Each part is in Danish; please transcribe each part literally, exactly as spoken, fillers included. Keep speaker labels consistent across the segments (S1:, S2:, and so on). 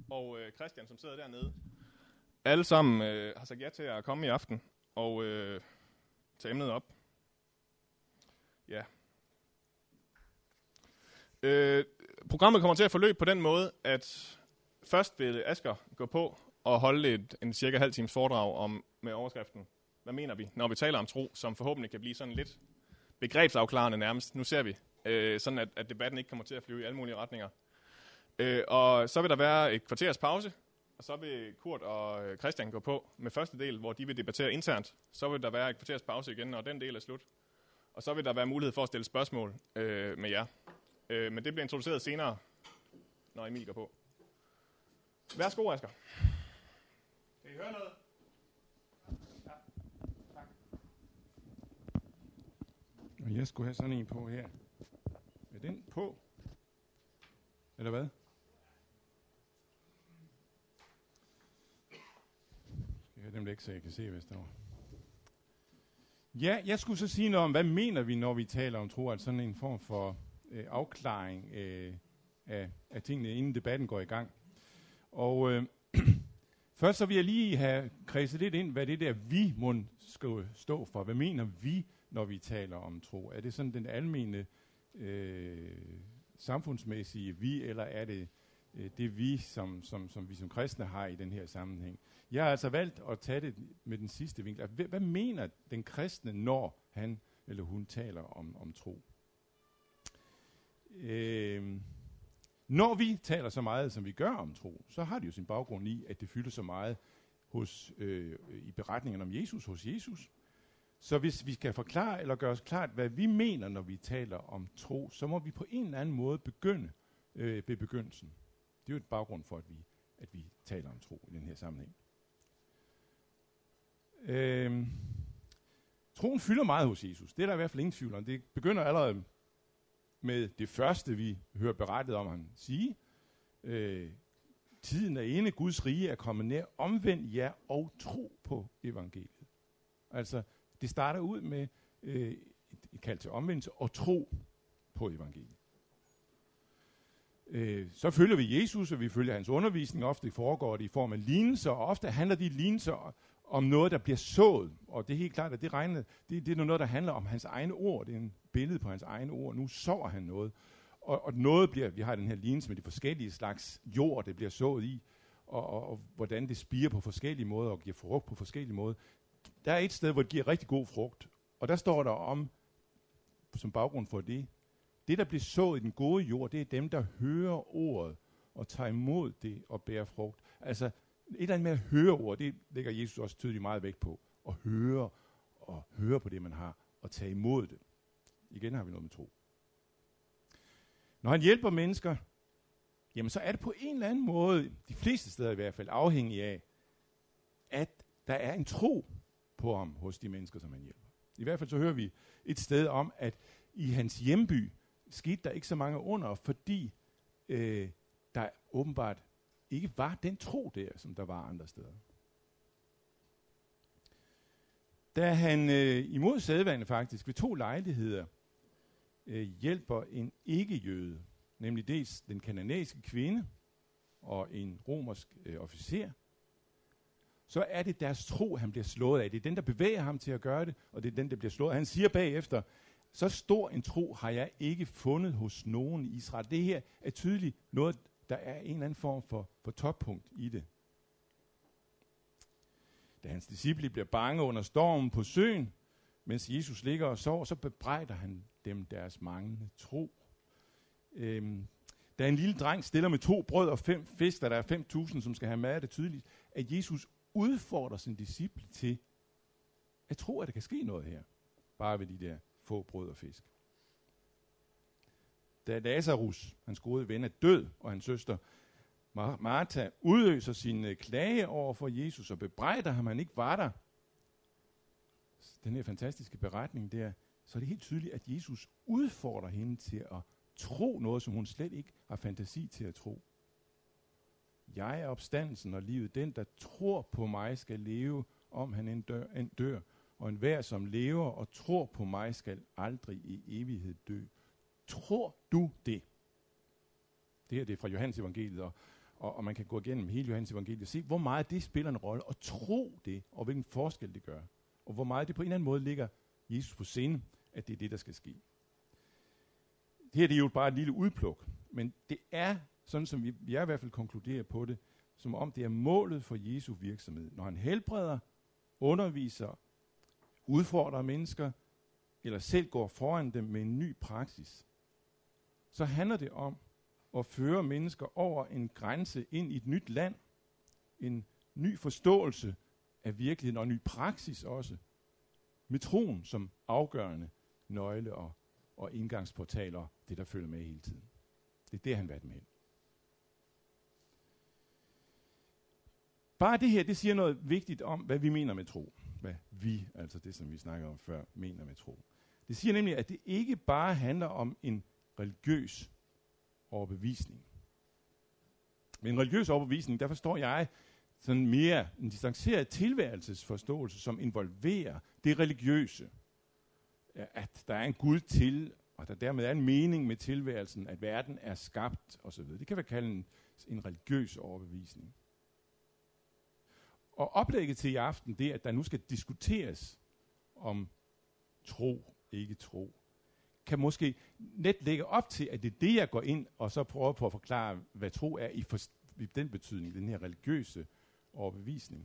S1: og øh, Christian, som sidder dernede. Alle sammen øh, har sagt ja til at komme i aften og øh, tage emnet op. Ja. Øh, programmet kommer til at forløbe på den måde, at først vil Asger gå på og holde et, en cirka halv times foredrag om, med overskriften, hvad mener vi, når vi taler om tro, som forhåbentlig kan blive sådan lidt begrebsafklarende nærmest. Nu ser vi, øh, sådan at, at debatten ikke kommer til at flyve i alle mulige retninger. Øh, og så vil der være et kvarters pause, og så vil Kurt og Christian gå på med første del, hvor de vil debattere internt. Så vil der være et kvarters pause igen, når den del er slut. Og så vil der være mulighed for at stille spørgsmål øh, med jer. Øh, men det bliver introduceret senere, når Emil går på. Værsgo, Asger. Kan I høre noget? Ja, tak.
S2: Og jeg skulle have sådan en på her. Er den på? Eller hvad? Skal jeg have dem væk, så jeg kan se, hvad der står. Ja, jeg skulle så sige noget om, hvad mener vi, når vi taler om tro, altså sådan en form for øh, afklaring øh, af, af tingene, inden debatten går i gang. Og øh, først så vil jeg lige have kredset lidt ind, hvad det der vi må skal stå for. Hvad mener vi, når vi taler om tro? Er det sådan den almene øh, samfundsmæssige vi, eller er det øh, det vi, som, som, som vi som kristne har i den her sammenhæng? Jeg har altså valgt at tage det med den sidste vinkel. Hvad, hvad mener den kristne, når han eller hun taler om, om tro? Øh, Når vi taler så meget, som vi gør om tro, så har det jo sin baggrund i, at det fylder så meget hos, øh, i beretningen om Jesus hos Jesus. Så hvis vi skal forklare eller gøre os klart, hvad vi mener, når vi taler om tro, så må vi på en eller anden måde begynde øh, ved begyndelsen. Det er jo et baggrund for, at vi, at vi taler om tro i den her sammenhæng. Øh, troen fylder meget hos Jesus. Det er der i hvert fald ingen tvivl om. Det begynder allerede med det første, vi hører berettet om han sige. Øh, tiden er inde, Guds rige er kommet nær. Omvend jer og tro på evangeliet. Altså, det starter ud med øh, et kald til omvendelse og tro på evangeliet. Øh, så følger vi Jesus, og vi følger hans undervisning. Ofte foregår det i form af lignelser, og ofte handler de lignelser om noget, der bliver sået. Og det er helt klart, at det, regner, det, det er noget, der handler om hans egne ord. Det er en billede på hans egne ord. Nu sår han noget. Og, og noget bliver, vi har den her lignelse med de forskellige slags jord, det bliver sået i, og, og, og hvordan det spirer på forskellige måder og giver frugt på forskellige måder. Der er et sted, hvor det giver rigtig god frugt. Og der står der om, som baggrund for det, det, der bliver sået i den gode jord, det er dem, der hører ordet og tager imod det og bærer frugt. Altså, et eller andet med at høre ord, det lægger Jesus også tydeligt meget vægt på. At høre og høre på det, man har, og tage imod det. Igen har vi noget med tro. Når han hjælper mennesker, jamen så er det på en eller anden måde, de fleste steder i hvert fald, afhængig af, at der er en tro på ham hos de mennesker, som han hjælper. I hvert fald så hører vi et sted om, at i hans hjemby skete der ikke så mange under, fordi øh, der åbenbart ikke var den tro der, som der var andre steder. Da han øh, imod sædvane faktisk ved to lejligheder øh, hjælper en ikke-jøde, nemlig dels den kananæiske kvinde og en romersk øh, officer, så er det deres tro, han bliver slået af. Det er den, der bevæger ham til at gøre det, og det er den, der bliver slået. Han siger bagefter, så stor en tro har jeg ikke fundet hos nogen i Israel. Det her er tydeligt noget, der er en eller anden form for, for toppunkt i det. Da hans disciple bliver bange under stormen på søen, mens Jesus ligger og sover, så bebrejder han dem deres manglende tro. Øhm, da en lille dreng stiller med to brød og fem fisk, der er fem tusind, som skal have mad, er det tydeligt, at Jesus udfordrer sin disciple til at tro, at der kan ske noget her. Bare ved de der få brød og fisk. Da Lazarus, hans gode ven, er død, og hans søster Martha udøser sin øh, klage over for Jesus og bebrejder ham, han ikke var der. Den her fantastiske beretning der, så er det helt tydeligt, at Jesus udfordrer hende til at tro noget, som hun slet ikke har fantasi til at tro. Jeg er opstandelsen og livet. Den, der tror på mig, skal leve, om han end dør, end dør. Og enhver, som lever og tror på mig, skal aldrig i evighed dø. Tror du det? Det her det er fra Johannes evangeliet, og, og, og man kan gå igennem hele Johannes evangeliet og se, hvor meget det spiller en rolle, og tro det, og hvilken forskel det gør. Og hvor meget det på en eller anden måde ligger Jesus på scenen, at det er det, der skal ske. Det her det er jo bare et lille udpluk, men det er, sådan som vi, vi er i hvert fald konkluderer på det, som om det er målet for Jesu virksomhed. Når han helbreder, underviser, udfordrer mennesker, eller selv går foran dem med en ny praksis, så handler det om at føre mennesker over en grænse ind i et nyt land, en ny forståelse af virkeligheden og en ny praksis også, med troen som afgørende nøgle og, og indgangsportaler, det der følger med hele tiden. Det er det, han været med hen. Bare det her, det siger noget vigtigt om, hvad vi mener med tro. Hvad vi, altså det, som vi snakkede om før, mener med tro. Det siger nemlig, at det ikke bare handler om en religiøs overbevisning. Med en religiøs overbevisning, der forstår jeg sådan mere en distanceret tilværelsesforståelse, som involverer det religiøse. At der er en Gud til, og der dermed er en mening med tilværelsen, at verden er skabt osv. Det kan vi kalde en, en religiøs overbevisning. Og oplægget til i aften, det er, at der nu skal diskuteres om tro, ikke tro, kan måske net lægge op til, at det er det, jeg går ind og så prøver på at forklare, hvad tro er i, for, i den betydning, den her religiøse overbevisning.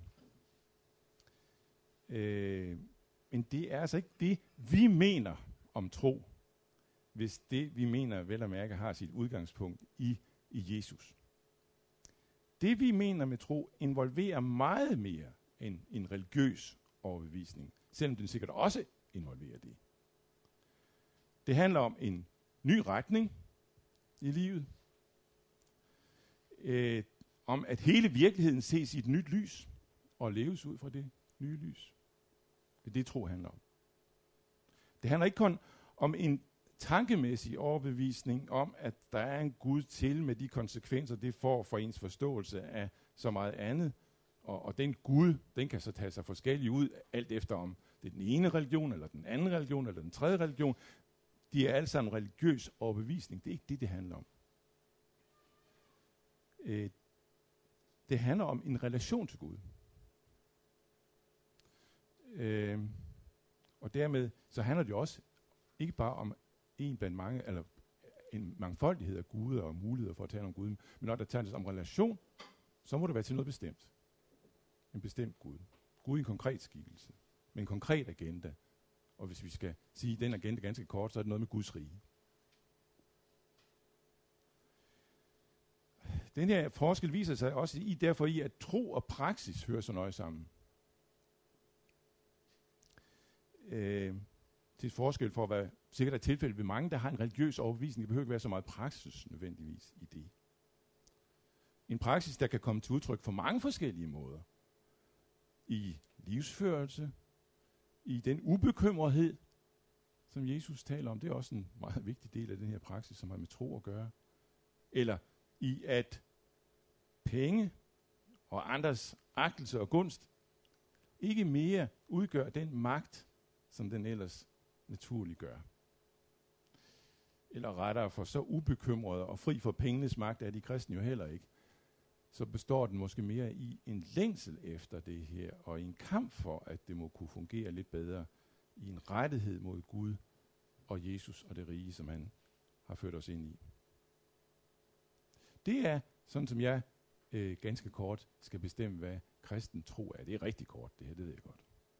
S2: Øh, men det er altså ikke det, vi mener om tro, hvis det, vi mener, vel at mærke, har sit udgangspunkt i, i Jesus. Det, vi mener med tro, involverer meget mere end en religiøs overbevisning, selvom den sikkert også involverer det. Det handler om en ny retning i livet, øh, om at hele virkeligheden ses i et nyt lys, og leves ud fra det nye lys. Det er det, tro handler om. Det handler ikke kun om en tankemæssig overbevisning om, at der er en Gud til med de konsekvenser, det får for ens forståelse af så meget andet. Og, og den Gud, den kan så tage sig forskellige ud, alt efter om det er den ene religion, eller den anden religion, eller den tredje religion. De er alle sammen religiøs overbevisning. Det er ikke det, det handler om. Øh, det handler om en relation til Gud. Øh, og dermed så handler det også ikke bare om en blandt mange, eller en mangfoldighed af guder og muligheder for at tale om Gud, men når der tales om relation, så må det være til noget bestemt. En bestemt Gud. Gud i en konkret skikkelse. Med en konkret agenda. Og hvis vi skal sige den agenda ganske kort, så er det noget med Guds rige. Den her forskel viser sig også i, derfor i, at tro og praksis hører så nøje sammen. Øh, til forskel for, hvad sikkert er tilfældet ved mange, der har en religiøs overbevisning. Det behøver ikke være så meget praksis nødvendigvis i det. En praksis, der kan komme til udtryk på mange forskellige måder. I livsførelse, i den ubekymrethed, som Jesus taler om. Det er også en meget vigtig del af den her praksis, som har med tro at gøre. Eller i at penge og andres agtelse og gunst ikke mere udgør den magt, som den ellers naturligt gør. Eller rettere for så ubekymrede og fri for pengenes magt er de kristne jo heller ikke. Så består den måske mere i en længsel efter det her, og i en kamp for, at det må kunne fungere lidt bedre, i en rettighed mod Gud og Jesus og det rige, som han har ført os ind i. Det er, sådan som jeg øh, ganske kort skal bestemme, hvad kristen tro er. Det er rigtig kort, det her, det ved jeg godt.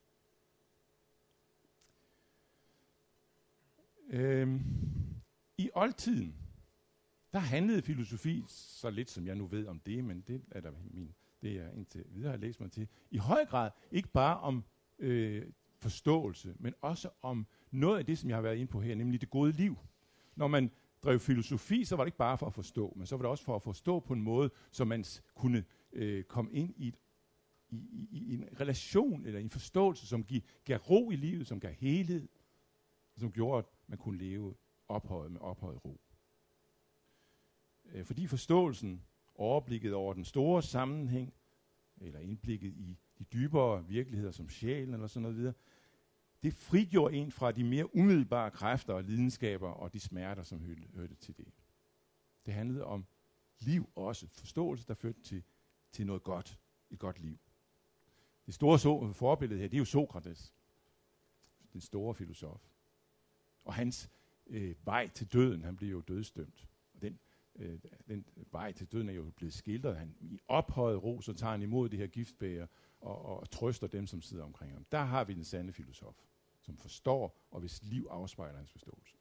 S2: Øhm, I oldtiden, der handlede filosofi så lidt, som jeg nu ved om det, men det er der min, det jeg indtil videre har læst mig til, i høj grad ikke bare om øh, forståelse, men også om noget af det, som jeg har været inde på her, nemlig det gode liv. Når man drev filosofi, så var det ikke bare for at forstå, men så var det også for at forstå på en måde, så man s- kunne øh, komme ind i, et, i, i, i en relation eller en forståelse, som gav, gav ro i livet, som gav helhed, som gjorde, at man kunne leve ophøjet med ophøjet ro. Øh, fordi forståelsen, overblikket over den store sammenhæng, eller indblikket i de dybere virkeligheder som sjælen eller sådan noget videre, det frigjorde en fra de mere umiddelbare kræfter og lidenskaber og de smerter, som hørte, hørte til det. Det handlede om liv også. Forståelse, der førte til, til noget godt. Et godt liv. Det store so- forbillede her, det er jo Sokrates. Den store filosof. Og hans øh, vej til døden, han blev jo dødsdømt. Og den, øh, den vej til døden er jo blevet skildret. Han i ophøjet ro, så tager han imod det her giftbæger og, og, og trøster dem, som sidder omkring ham. Der har vi den sande filosof, som forstår, og hvis liv afspejler hans forståelse.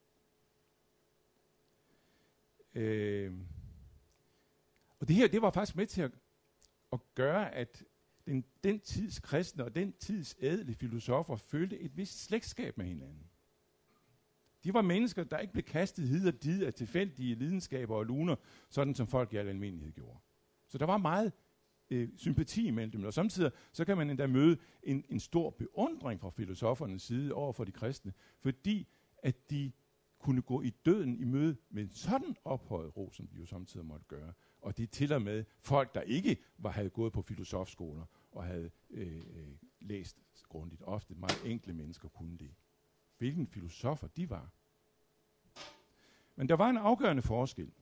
S2: Øh, og det her, det var faktisk med til at, at gøre, at den, den tids kristne og den tids ædle filosofer følte et vist slægtskab med hinanden. De var mennesker, der ikke blev kastet hid og did af tilfældige lidenskaber og luner, sådan som folk i al almindelighed gjorde. Så der var meget øh, sympati mellem dem, og samtidig så kan man endda møde en, en stor beundring fra filosofernes side over for de kristne, fordi at de kunne gå i døden i møde med en sådan ophøjet ro, som de jo samtidig måtte gøre. Og det er til og med folk, der ikke var, havde gået på filosofskoler og havde øh, øh, læst grundigt. Ofte meget enkle mennesker kunne det. Hvilken filosofer de var. Men der var en afgørende forskel.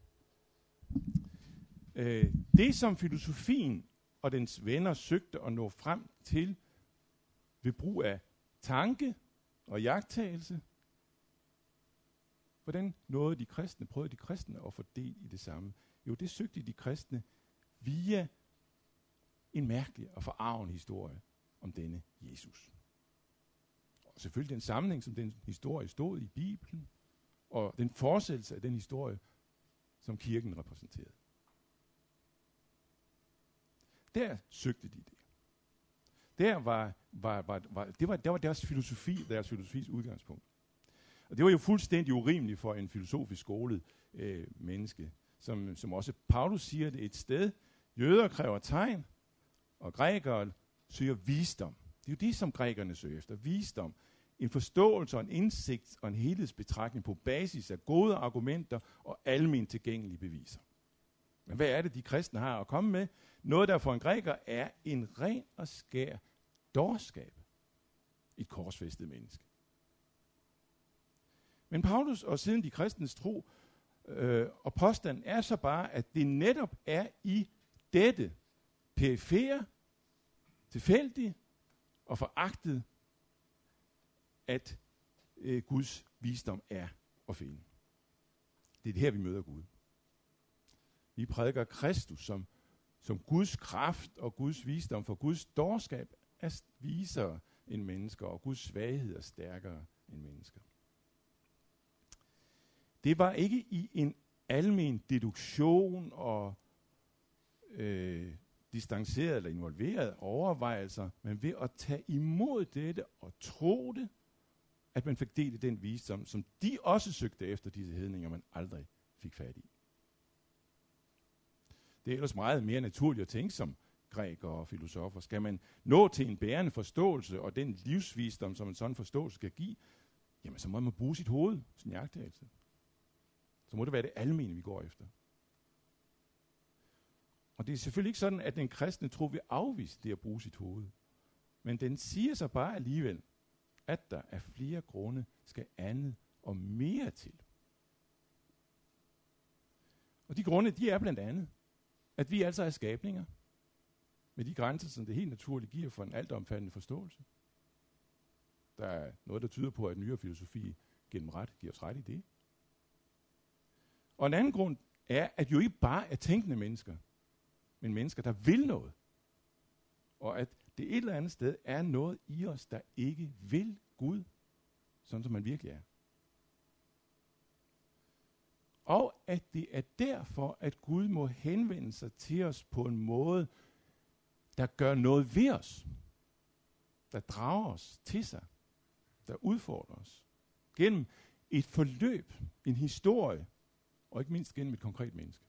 S2: Øh, det, som filosofien og dens venner søgte at nå frem til ved brug af tanke og jagttagelse, hvordan nåede de kristne, prøvede de kristne at få del i det samme? Jo, det søgte de kristne via en mærkelig og forarvende historie om denne Jesus. Og selvfølgelig den sammenhæng, som den historie stod i Bibelen, og den fortsættelse af den historie, som kirken repræsenterede. Der søgte de det. Der var, var, var, var, det var, der var deres filosofi, deres filosofis udgangspunkt. Og det var jo fuldstændig urimeligt for en filosofisk skolet øh, menneske, som, som også Paulus siger det et sted. Jøder kræver tegn, og grækere søger visdom. Det er jo det, som grækerne søger efter. Visdom. En forståelse og en indsigt og en helhedsbetragtning på basis af gode argumenter og alment tilgængelige beviser. Men hvad er det, de kristne har at komme med? Noget, der for en græker er en ren og skær dårskab. Et korsfæstet menneske. Men Paulus og siden de kristnes tro øh, og påstand er så bare, at det netop er i dette perifere, tilfældige og foragtet, at øh, Guds visdom er at finde. Det er det her, vi møder Gud. Vi prædiker Kristus som, som Guds kraft og Guds visdom, for Guds dårskab er visere end mennesker, og Guds svaghed er stærkere end mennesker. Det var ikke i en almen deduktion og øh, distanceret eller involveret overvejelser, men ved at tage imod dette og tro det, at man fik del i den visdom, som de også søgte efter disse hedninger, man aldrig fik fat i. Det er ellers meget mere naturligt at tænke som grækere og filosofer. Skal man nå til en bærende forståelse og den livsvisdom, som en sådan forståelse skal give, jamen så må man bruge sit hoved, sin jagttagelse. Så må det være det almene, vi går efter. Og det er selvfølgelig ikke sådan, at den kristne tro vil afvise det at bruge sit hoved. Men den siger så bare alligevel, at der af flere grunde skal andet og mere til. Og de grunde, de er blandt andet, at vi altså er skabninger, med de grænser, som det helt naturligt giver for en altomfattende forståelse. Der er noget, der tyder på, at nyere filosofi gennem ret giver os ret i det. Og en anden grund er, at jo ikke bare er tænkende mennesker, men mennesker, der vil noget. Og at det et eller andet sted er noget i os, der ikke vil Gud, sådan som man virkelig er. Og at det er derfor, at Gud må henvende sig til os på en måde, der gør noget ved os. Der drager os til sig. Der udfordrer os. Gennem et forløb, en historie, og ikke mindst gennem et konkret menneske.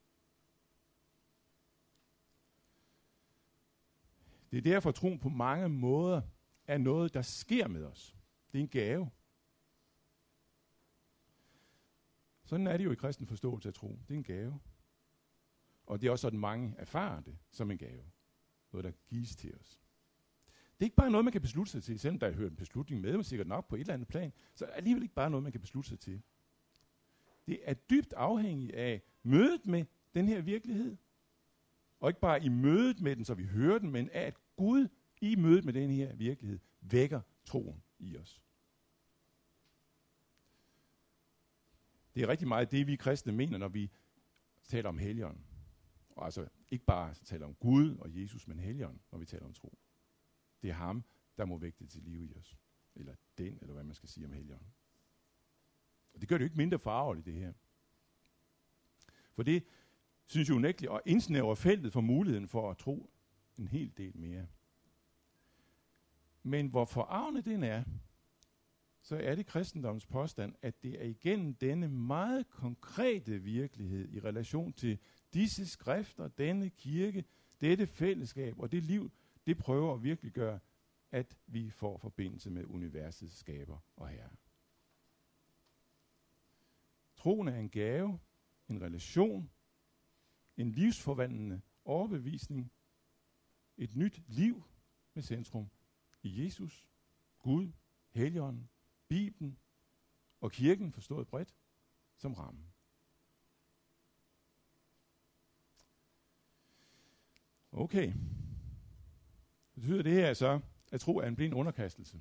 S2: Det er derfor, at troen på mange måder er noget, der sker med os. Det er en gave. Sådan er det jo i kristen forståelse af tro. Det er en gave. Og det er også sådan, mange erfarer det som en gave. Noget, der gives til os. Det er ikke bare noget, man kan beslutte sig til, selvom der er hørt en beslutning med, men sikkert nok på et eller andet plan, så er det alligevel ikke bare noget, man kan beslutte sig til. det er dybt afhængigt af mødet med den her virkelighed. Og ikke bare i mødet med den, så vi hører den, men af at Gud i mødet med den her virkelighed vækker troen i os. Det er rigtig meget det, vi kristne mener, når vi taler om Helligånden. Og altså ikke bare taler om Gud og Jesus, men Helligånden, når vi taler om tro. Det er ham, der må vække det til live i os. Eller den, eller hvad man skal sige om Helligånden. Og det gør det jo ikke mindre farveligt, det her. For det synes jeg unægteligt at indsnævre feltet for muligheden for at tro en hel del mere. Men hvor forarvende den er, så er det kristendommens påstand, at det er igennem denne meget konkrete virkelighed i relation til disse skrifter, denne kirke, dette fællesskab og det liv, det prøver at virkelig gøre, at vi får forbindelse med universets skaber og herre. Troen er en gave, en relation, en livsforvandlende overbevisning, et nyt liv med centrum i Jesus, Gud, Helligånden, Bibelen og kirken, forstået bredt, som ramme. Okay. Betyder det her så, at tro er en blind underkastelse?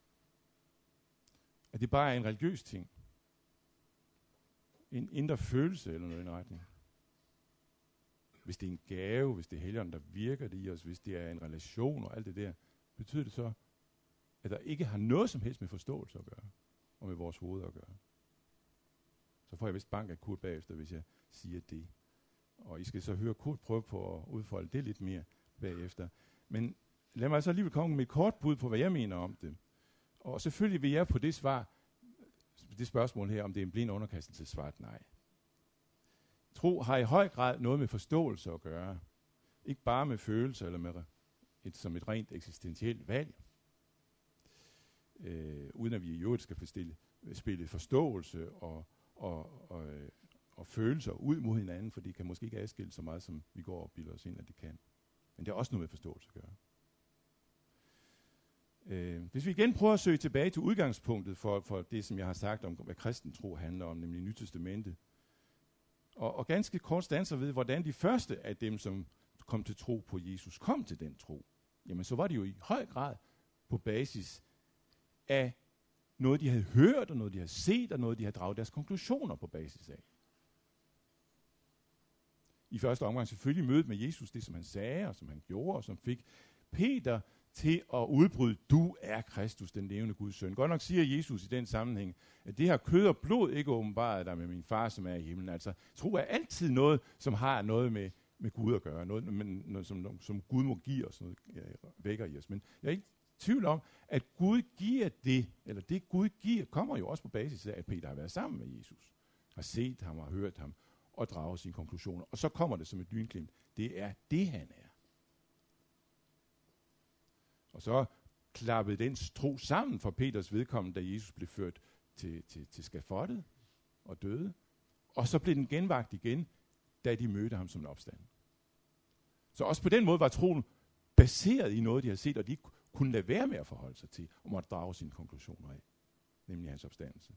S2: At det bare er en religiøs ting? En indre følelse eller noget i en retning? Hvis det er en gave, hvis det er Helligånden, der virker det i os, hvis det er en relation og alt det der, betyder det så, at der ikke har noget som helst med forståelse at gøre, og med vores hoveder at gøre? Så får jeg vist bank af Kurt bagefter, hvis jeg siger det. Og I skal så høre Kurt prøve på at udfolde det lidt mere bagefter. Men lad mig så alligevel komme med et kort bud på, hvad jeg mener om det. Og selvfølgelig vil jeg på det svar, det spørgsmål her, om det er en blind underkastelse, svaret nej. Tro har i høj grad noget med forståelse at gøre. Ikke bare med følelser eller med et, som et rent eksistentielt valg. Øh, uden at vi i øvrigt skal bestille, spille forståelse og, og, og, og følelser ud mod hinanden, for det kan måske ikke adskille så meget, som vi går og bilder os ind, at det kan. Men det har også noget med forståelse at gøre. Øh, hvis vi igen prøver at søge tilbage til udgangspunktet for, for det, som jeg har sagt om, hvad kristen tro handler om, nemlig Nyt Testamente, og, og ganske kort standser ved, hvordan de første af dem, som kom til tro på Jesus, kom til den tro, jamen så var det jo i høj grad på basis af noget, de havde hørt, og noget, de havde set, og noget, de havde draget deres konklusioner på basis af. I første omgang selvfølgelig mødet med Jesus, det som han sagde, og som han gjorde, og som fik Peter til at udbryde, du er Kristus, den levende Guds søn. Godt nok siger Jesus i den sammenhæng, at det her kød og blod ikke åbenbaret der med min far, som er i himlen. Altså, tro er altid noget, som har noget med, med Gud at gøre, noget, med, noget som, som Gud må give os, noget ja, vækker i os. Men jeg er ikke i tvivl om, at Gud giver det, eller det Gud giver, kommer jo også på basis af, at Peter har været sammen med Jesus, har set ham og hørt ham, og drager sine konklusioner. Og så kommer det som et lynglimt. Det er det, han er. Og så klappede den tro sammen for Peters vedkommende, da Jesus blev ført til, til, til skafottet og døde. Og så blev den genvagt igen, da de mødte ham som en opstand. Så også på den måde var troen baseret i noget, de havde set, og de ikke kunne lade være med at forholde sig til, og måtte drage sine konklusioner af, nemlig hans opstandelse.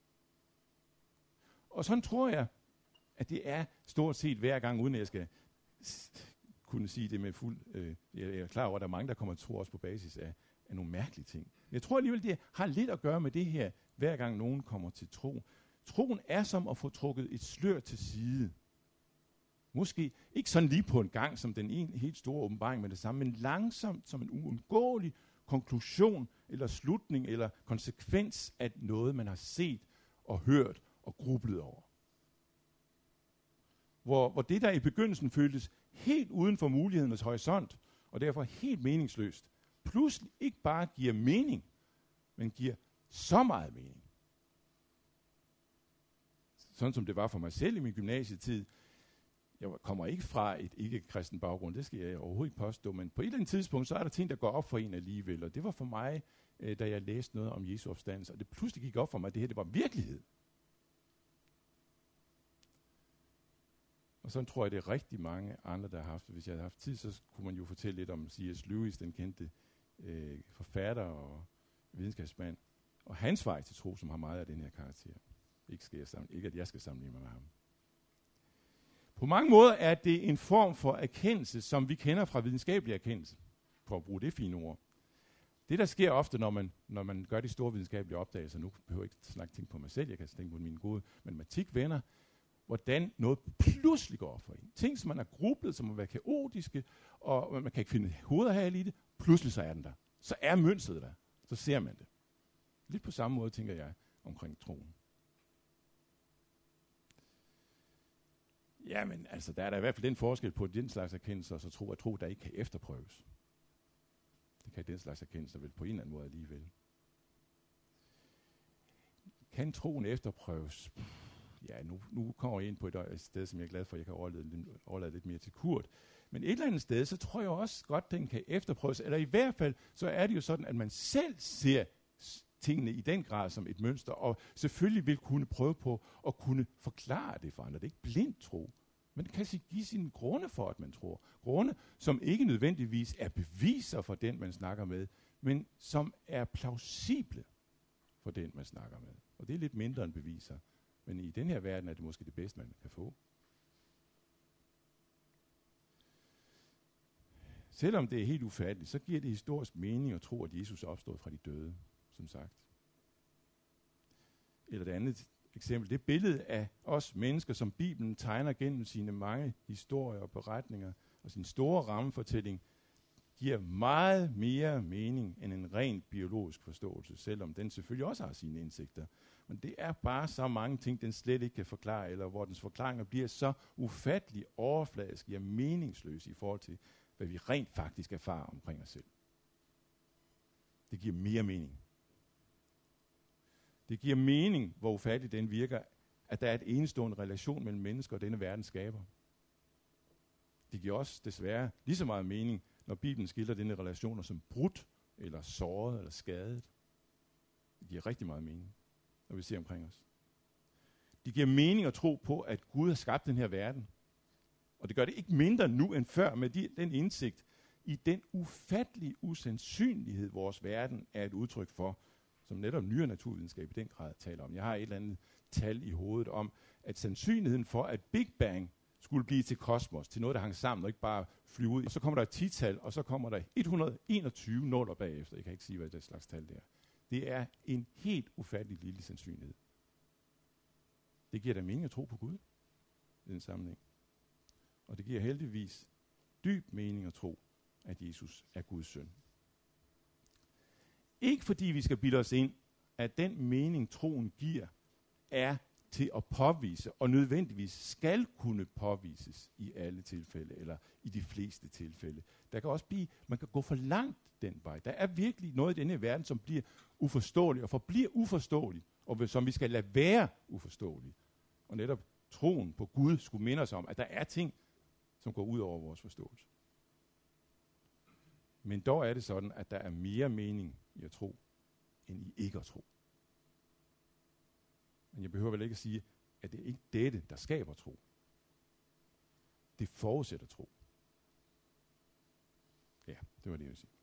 S2: Og sådan tror jeg, at det er stort set hver gang, uden at jeg skal kunne sige det med fuld... Øh, jeg er klar over, at der er mange, der kommer til tro også på basis af, af nogle mærkelige ting. Jeg tror alligevel, det har lidt at gøre med det her, hver gang nogen kommer til tro. Troen er som at få trukket et slør til side. Måske ikke sådan lige på en gang, som den en helt store åbenbaring med det samme, men langsomt som en uundgåelig konklusion, eller slutning, eller konsekvens af noget, man har set og hørt og grublet over. Hvor, hvor det, der i begyndelsen føltes helt uden for mulighedernes horisont, og derfor helt meningsløst, pludselig ikke bare giver mening, men giver så meget mening. Sådan som det var for mig selv i min gymnasietid. Jeg kommer ikke fra et ikke-kristen baggrund, det skal jeg overhovedet ikke påstå, men på et eller andet tidspunkt, så er der ting, der går op for en alligevel, og det var for mig, øh, da jeg læste noget om Jesu opstandelse, og det pludselig gik op for mig, at det her, det var virkelighed. Og sådan tror jeg, det er rigtig mange andre, der har haft det. Hvis jeg havde haft tid, så kunne man jo fortælle lidt om C S Lewis, den kendte øh, forfatter og videnskabsmand, og hans vej til tro, som har meget af den her karakter. Ikke, skal jeg sammen, ikke at jeg skal sammenligne mig med ham. På mange måder er det en form for erkendelse, som vi kender fra videnskabelig erkendelse, for at bruge det fine ord. Det, der sker ofte, når man, når man gør de store videnskabelige opdagelser, nu behøver jeg ikke snakke ting på mig selv, jeg kan tænke på mine gode matematikvenner, hvordan noget pludselig går op for en. Ting, som man har grublet, som må være kaotiske, og man kan ikke finde hoveder her i det, pludselig så er den der. Så er mønstret der. Så ser man det. Lidt på samme måde, tænker jeg, omkring troen. Jamen, altså, der er der i hvert fald den forskel på den slags erkendelser, så tro at tro, der ikke kan efterprøves. Det kan den slags erkendelser vel på en eller anden måde alligevel. Kan troen efterprøves? Ja, nu, nu kommer jeg ind på et, et sted, som jeg er glad for, at jeg kan overlade, overlade lidt mere til Kurt. Men et eller andet sted, så tror jeg også godt, den kan efterprøves. Eller i hvert fald, så er det jo sådan, at man selv ser tingene i den grad som et mønster, og selvfølgelig vil kunne prøve på at kunne forklare det for andre. Det er ikke blind tro. Man kan give sine grunde for, at man tror. Grunde, som ikke nødvendigvis er beviser for den, man snakker med, men som er plausible for den, man snakker med. Og det er lidt mindre end beviser. Men i den her verden er det måske det bedste, man kan få. Selvom det er helt ufatteligt, så giver det historisk mening at tro, at Jesus er opstået fra de døde, som sagt. Eller det andet eksempel, det billede af os mennesker, som Bibelen tegner gennem sine mange historier og beretninger, og sin store rammefortælling, giver meget mere mening end en ren biologisk forståelse, selvom den selvfølgelig også har sine indsigter. Men det er bare så mange ting, den slet ikke kan forklare, eller hvor dens forklaringer bliver så ufattelig overfladiske og meningsløse i forhold til, hvad vi rent faktisk erfarer omkring os selv. Det giver mere mening. Det giver mening, hvor ufatteligt den virker, at der er et enestående relation mellem mennesker og denne verdens skaber. Det giver også desværre lige så meget mening, når Bibelen skildrer denne relationer som brudt, eller såret, eller skadet. Det giver rigtig meget mening, når vi ser omkring os. Det giver mening at tro på, at Gud har skabt den her verden. Og det gør det ikke mindre nu end før med de, den indsigt i den ufattelige usandsynlighed, vores verden er et udtryk for, som netop nyere naturvidenskab i den grad taler om. Jeg har et eller andet tal i hovedet om, at sandsynligheden for, at Big Bang skulle blive til kosmos, til noget, der hang sammen og ikke bare flyve ud. Og så kommer der et ti-tal, og så kommer der et hundrede og enogtyve nuller bagefter. Jeg kan ikke sige, hvad det slags tal det er. Det er en helt ufattelig lille sandsynlighed. Det giver da mening at tro på Gud i den sammenhæng. Og det giver heldigvis dyb mening at tro, at Jesus er Guds søn. Ikke fordi vi skal bilde os ind, at den mening, troen giver, er til at påvise, og nødvendigvis skal kunne påvises i alle tilfælde, eller i de fleste tilfælde. Der kan også blive, man kan gå for langt den vej. Der er virkelig noget i denne verden, som bliver uforståeligt, og forbliver uforståeligt, og som vi skal lade være uforståeligt. Og netop troen på Gud skulle minde os om, at der er ting, som går ud over vores forståelse. Men dog er det sådan, at der er mere mening i at tro, end i ikke at tro. Men jeg behøver vel ikke at sige, at det er ikke dette, der skaber tro. Det forudsætter tro. Ja, det var det, jeg vil sige.